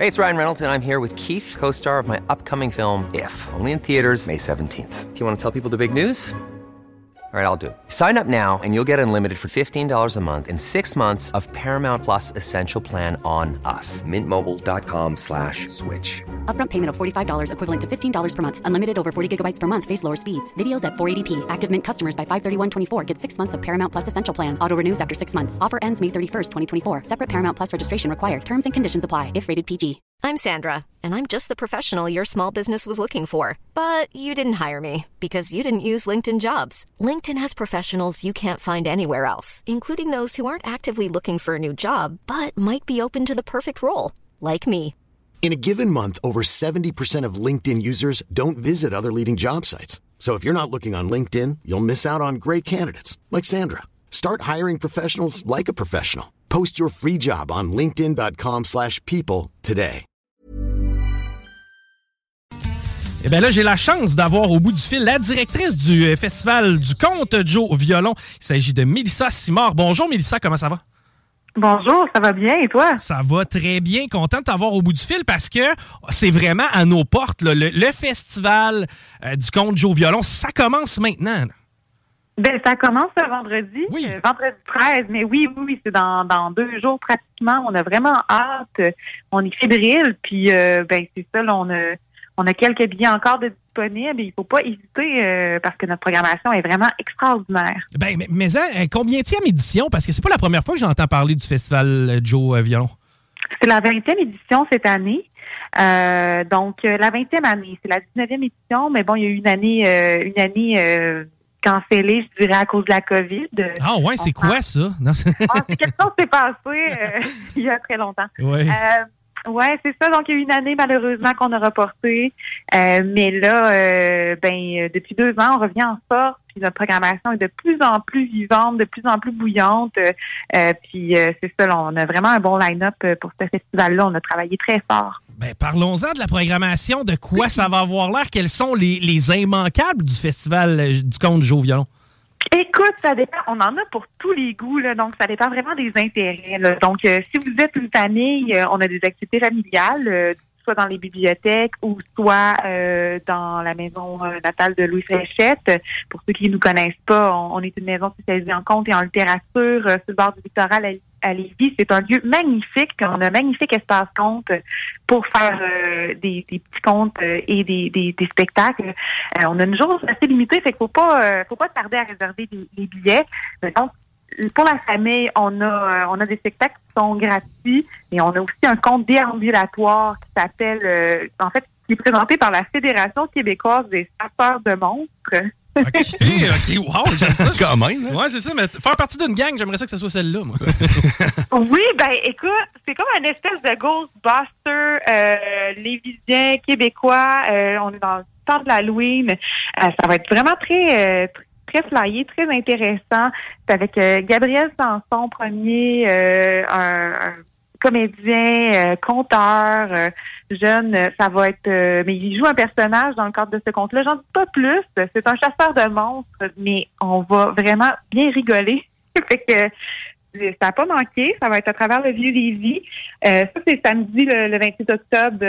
Hey, it's Ryan Reynolds, and I'm here with Keith, co-star of my upcoming film, If, only in theaters May 17th. Do you want to tell people the big news? All right, I'll do it. Sign up now and you'll get unlimited for $15 a month and 6 months of Paramount Plus Essential Plan on us. MintMobile.com/switch. Upfront payment of $45 equivalent to $15 per month. Unlimited over 40 gigabytes per month. Face lower speeds. Videos at 480p. Active Mint customers by 531.24 get 6 months of Paramount Plus Essential Plan. Auto renews after 6 months. Offer ends May 31st, 2024. Separate Paramount Plus registration required. Terms and conditions apply if rated PG. I'm Sandra, and I'm just the professional your small business was looking for. But you didn't hire me because you didn't use LinkedIn Jobs. LinkedIn has professionals you can't find anywhere else, including those who aren't actively looking for a new job, but might be open to the perfect role, like me. In a given month, over 70% of LinkedIn users don't visit other leading job sites. So if you're not looking on LinkedIn, you'll miss out on great candidates like Sandra. Start hiring professionals like a professional. Post your free job on linkedin.com/people today. Eh bien là, j'ai la chance d'avoir au bout du fil la directrice du Festival du Conte Joe Violon. Il s'agit de Mélissa Simard. Bonjour Mélissa, comment ça va? Bonjour, ça va bien et toi? Ça va très bien, content de t'avoir au bout du fil parce que c'est vraiment à nos portes. Là. Le Festival du Conte Joe Violon, ça commence maintenant. Là. Ben, ça commence ce vendredi, oui. Vendredi 13, mais oui, c'est dans 2 jours pratiquement. On a vraiment hâte, on est fébrile, puis ben c'est ça, là, on a quelques billets encore de disponibles. Il faut pas hésiter parce que notre programmation est vraiment extraordinaire. Ben, mais combienième édition? Parce que c'est pas la première fois que j'entends parler du Festival Joe Violon. C'est la 20e édition cette année. Donc, la 20e année, c'est la 19e édition, mais bon, il y a eu une année cancellée, je dirais, à cause de la COVID. Ah ouais, c'est quoi ça? Non, c'est quelque chose qui s'est passé il y a très longtemps. Ouais. Ouais, c'est ça. Donc, il y a eu une année, malheureusement, qu'on a reportée. Mais là, depuis 2 ans, on revient en force. Puis notre programmation est de plus en plus vivante, de plus en plus bouillante. Puis c'est ça, là, on a vraiment un bon line-up pour ce festival-là. On a travaillé très fort. Ben, parlons-en de la programmation, de quoi ça va avoir l'air. Quels sont les immanquables du Festival du Conte Joe Violon? Écoute, ça dépend. On en a pour tous les goûts, là, donc ça dépend vraiment des intérêts. Là. Donc, si vous êtes une famille, on a des activités familiales, soit dans les bibliothèques ou soit dans la maison natale de Louis Fréchette. Pour ceux qui ne nous connaissent pas, on est une maison spécialisée en contes et en littérature sur le bord du littoral à Lévis. C'est un lieu magnifique. On a un magnifique espace conte pour faire des petits contes et des spectacles. On a une jauge assez limitée, fait qu'il faut pas tarder à réserver les billets. Donc, pour la famille, on a des spectacles qui sont gratuits et on a aussi un conte déambulatoire qui s'appelle, qui est présenté par la Fédération québécoise des chasseurs de monstres. OK, wow, j'aime ça. Quand même. Hein? Ouais, c'est ça, mais faire partie d'une gang, j'aimerais ça que ce soit celle-là, moi. Oui, ben écoute, c'est comme une espèce de Ghostbuster lévisien, québécois. On est dans le temps de l'Halloween. Ça va être vraiment très flyé, très intéressant. C'est avec Gabriel Sanson, premier, un comédien, conteur, jeune. Ça va être... mais il joue un personnage dans le cadre de ce conte-là. J'en dis pas plus. C'est un chasseur de monstres, mais on va vraiment bien rigoler. Fait que ça n'a pas manqué. Ça va être à travers le Vieux-Lévis. Ça, c'est samedi, le 28 octobre,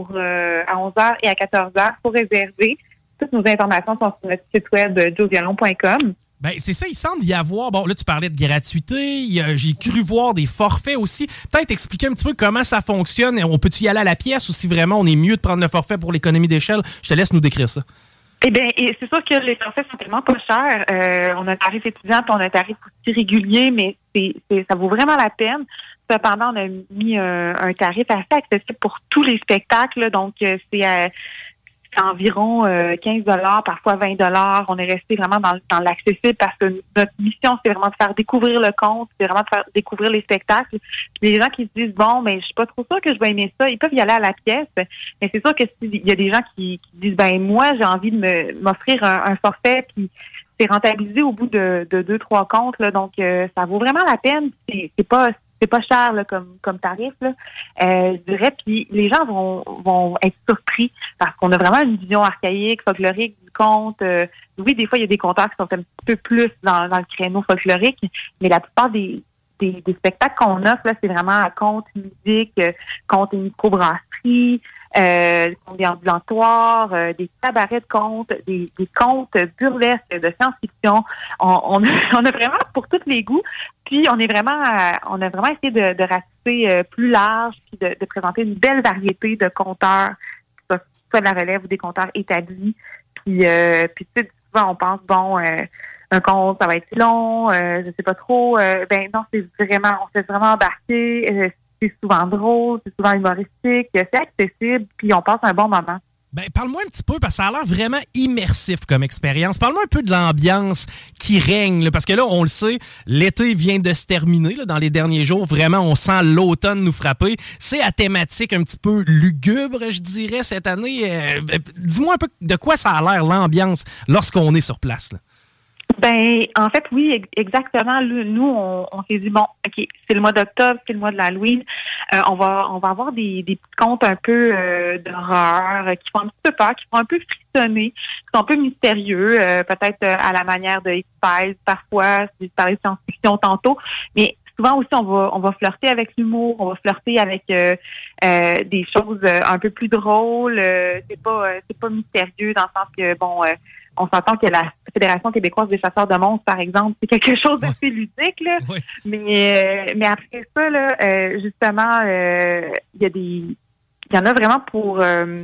à 11h et à 14h pour réserver. Toutes nos informations sont sur notre site web joeviolon.com. Ben, c'est ça, il semble y avoir... Bon, là, tu parlais de gratuité. J'ai cru voir des forfaits aussi. Peut-être expliquer un petit peu comment ça fonctionne. On peut-tu y aller à la pièce ou si vraiment on est mieux de prendre le forfait pour l'économie d'échelle? Je te laisse nous décrire ça. Eh bien, c'est sûr que les forfaits sont tellement pas chers. On a un tarif étudiant puis on a un tarif aussi régulier, mais ça vaut vraiment la peine. Cependant, on a mis un tarif assez accessible pour tous les spectacles. Donc, c'est environ 15 $, parfois 20 $. On est resté vraiment dans l'accessible parce que notre mission, c'est vraiment de faire découvrir le conte, c'est vraiment de faire découvrir les spectacles. Puis les gens qui se disent, bon, mais je suis pas trop sûre que je vais aimer ça, ils peuvent y aller à la pièce. Mais c'est sûr que s'il y a des gens qui disent, ben moi, j'ai envie de m'offrir un forfait, puis c'est rentabilisé au bout de 2-3 comptes, là, donc ça vaut vraiment la peine. C'est pas cher là, comme tarif, là. Je dirais, puis les gens vont être surpris parce qu'on a vraiment une vision archaïque, folklorique du conte. Oui, des fois, il y a des conteurs qui sont un petit peu plus dans le créneau folklorique, mais la plupart des des spectacles qu'on offre, là, c'est vraiment conte, musique, conte et microbrasserie, des ambulantoires, des cabarets de contes, des contes burlesques de science-fiction. On a vraiment pour tous les goûts. Puis on a vraiment essayé de ratisser plus large, puis de présenter une belle variété de conteurs, soit de la relève ou des conteurs établis. Puis tu sais, souvent on pense un conte, ça va être long, je sais pas trop. Non, on s'est vraiment embarqué. C'est souvent drôle, c'est souvent humoristique, c'est accessible, puis on passe un bon moment. Ben, parle-moi un petit peu, parce que ça a l'air vraiment immersif comme expérience. Parle-moi un peu de l'ambiance qui règne, là, parce que là, on le sait, l'été vient de se terminer là, dans les derniers jours. Vraiment, on sent l'automne nous frapper. C'est à thématique un petit peu lugubre, je dirais, cette année. Dis-moi un peu de quoi ça a l'air, l'ambiance, lorsqu'on est sur place, là. Ben, en fait, oui, exactement. Nous, on s'est dit, bon, OK, c'est le mois d'octobre, c'est le mois de l'Halloween. On va avoir des petits contes un peu d'horreur qui font un petit peu peur, qui font un peu frissonner, qui sont un peu mystérieux, peut-être à la manière de X-Files, parfois, si je parlais de science-fiction tantôt, mais souvent aussi, on va flirter avec l'humour, on va flirter avec des choses un peu plus drôles. C'est pas mystérieux dans le sens que, on s'entend que la Fédération québécoise des chasseurs de monstres, par exemple, c'est quelque chose d'assez ludique, là. Oui. Mais après ça, là, justement, il y en a vraiment pour...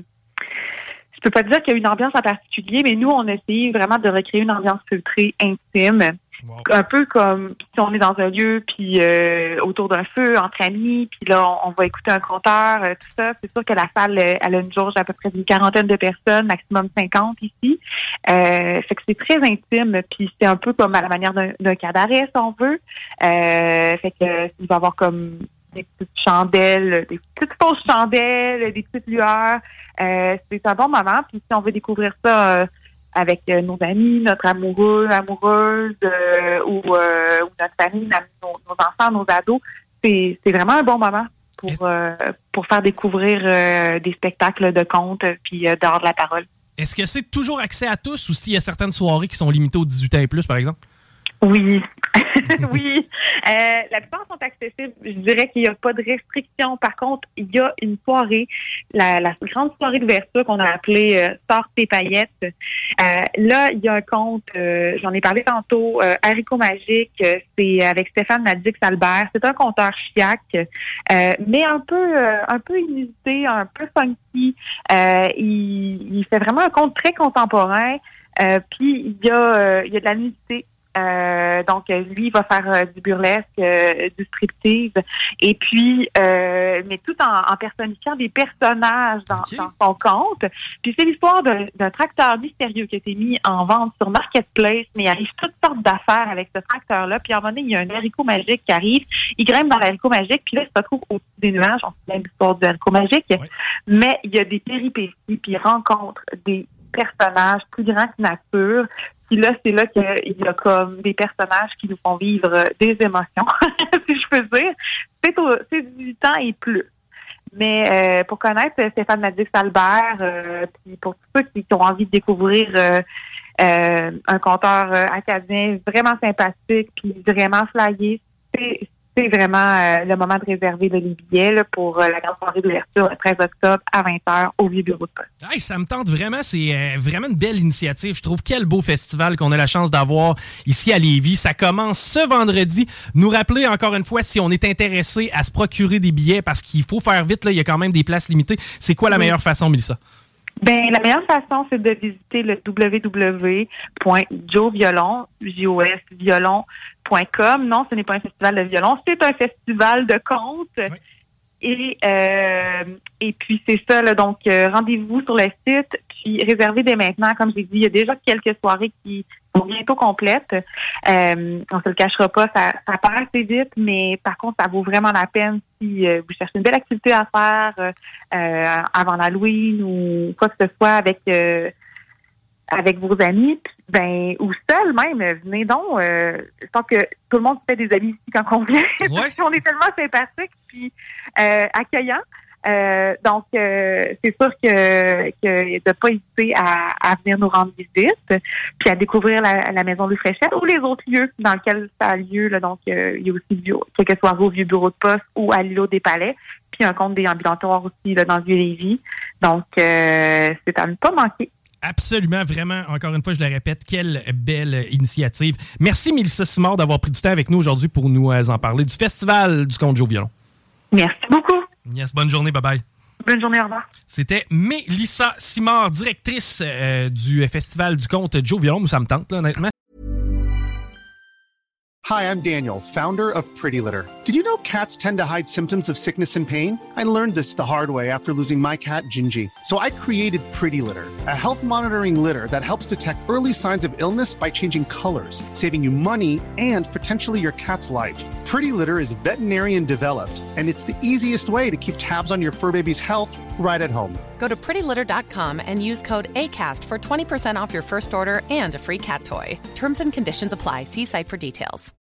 je peux pas dire qu'il y a une ambiance en particulier, mais nous, on a essayé vraiment de recréer une ambiance filtrée, intime. Wow. Un peu comme si on est dans un lieu, puis autour d'un feu, entre amis, puis là, on va écouter un conteur, tout ça. C'est sûr que la salle, elle a une jauge à peu près d'une 40 de personnes, maximum 50 ici. Fait que c'est très intime, puis c'est un peu comme à la manière d'un cabaret, si on veut. Fait que il va y avoir comme des petites chandelles, des petites fausses chandelles, des petites lueurs. C'est un bon moment, puis si on veut découvrir ça... avec nos amis, notre amoureux, amoureuse ou notre famille, nos enfants, nos ados. C'est vraiment un bon moment pour faire découvrir des spectacles de contes puis d'art de la parole. Est-ce que c'est toujours accès à tous ou s'il y a certaines soirées qui sont limitées aux 18 ans et plus, par exemple? Oui. Oui. La plupart sont accessibles. Je dirais qu'il n'y a pas de restriction. Par contre, il y a une soirée, la grande soirée d'ouverture qu'on a appelée Sors tes paillettes. Là, il y a un conte, j'en ai parlé tantôt, Haricot Magique, c'est avec Stéphane Nadix-Albert. C'est un conteur chiac, mais un peu inusité, un peu funky. Il fait vraiment un conte très contemporain. Puis il y a de la nudité. Donc, lui, il va faire du burlesque, du striptease, et puis, mais tout en personnifiant des personnages dans son conte. Puis c'est l'histoire d'un tracteur mystérieux qui a été mis en vente sur Marketplace, mais il arrive toutes sortes d'affaires avec ce tracteur-là. Puis à un moment donné, il y a un haricot magique qui arrive, il grimpe dans l'haricot magique, puis là, il se retrouve au-dessus des nuages. On sait l'histoire du haricot magique, mais il y a des péripéties, puis il rencontre des personnages plus grands que nature. Puis là, c'est là qu'il y a comme des personnages qui nous font vivre des émotions, si je peux dire. C'est 18 ans et plus. Mais pour connaître Stéphane Nadix-Albert, puis pour tous ceux qui ont envie de découvrir un conteur acadien vraiment sympathique, puis vraiment flyé, c'est vraiment le moment de réserver les billets là, pour la grande soirée d'ouverture le 13 octobre à 20h au vieux bureau de poste. Hey, ça me tente vraiment. C'est vraiment une belle initiative. Je trouve quel beau festival qu'on a la chance d'avoir ici à Lévis. Ça commence ce vendredi. Nous rappeler encore une fois si on est intéressé à se procurer des billets parce qu'il faut faire vite. Là, il y a quand même des places limitées. C'est quoi la meilleure façon, Mélissa? Ben, la meilleure façon, c'est de visiter le www.josviolon.com. Non, ce n'est pas un festival de violon, c'est un festival de contes. Oui. Et puis, c'est ça, là, donc, rendez-vous sur le site, puis réservez dès maintenant. Comme j'ai dit, il y a déjà quelques soirées qui sont bientôt complètes. On se le cachera pas, ça part assez vite, mais par contre, ça vaut vraiment la peine si vous cherchez une belle activité à faire avant l'Halloween ou quoi que ce soit avec vos amis, ben ou seul même, venez donc. Je pense que tout le monde fait des amis ici quand on vient. Ouais. On est tellement sympathiques puis accueillants. Donc, c'est sûr que de pas hésiter à venir nous rendre visite, puis à découvrir la maison Louis Fréchette ou les autres lieux dans lesquels ça a lieu. Là. Donc, il y a aussi quel que soit vos vieux bureaux de poste ou à l'îlot des Palais, puis un compte déambulatoire aussi là, dans le Vieux-Lévis. Donc, c'est à ne pas manquer. Absolument, vraiment, encore une fois, je le répète, quelle belle initiative. Merci Mélissa Simard d'avoir pris du temps avec nous aujourd'hui pour nous en parler du Festival du Conte Joe Violon. Merci beaucoup. Yes, bonne journée, bye-bye. Bonne journée, au revoir. C'était Mélissa Simard, directrice du Festival du Conte Joe Violon. Moi, ça me tente, là, honnêtement. Hi, I'm Daniel, founder of Pretty Litter. Did you know cats tend to hide symptoms of sickness and pain? I learned this the hard way after losing my cat, Gingy. So I created Pretty Litter, a health monitoring litter that helps detect early signs of illness by changing colors, saving you money and potentially your cat's life. Pretty Litter is veterinarian developed, and it's the easiest way to keep tabs on your fur baby's health right at home. Go to prettylitter.com and use code ACAST for 20% off your first order and a free cat toy. Terms and conditions apply. See site for details.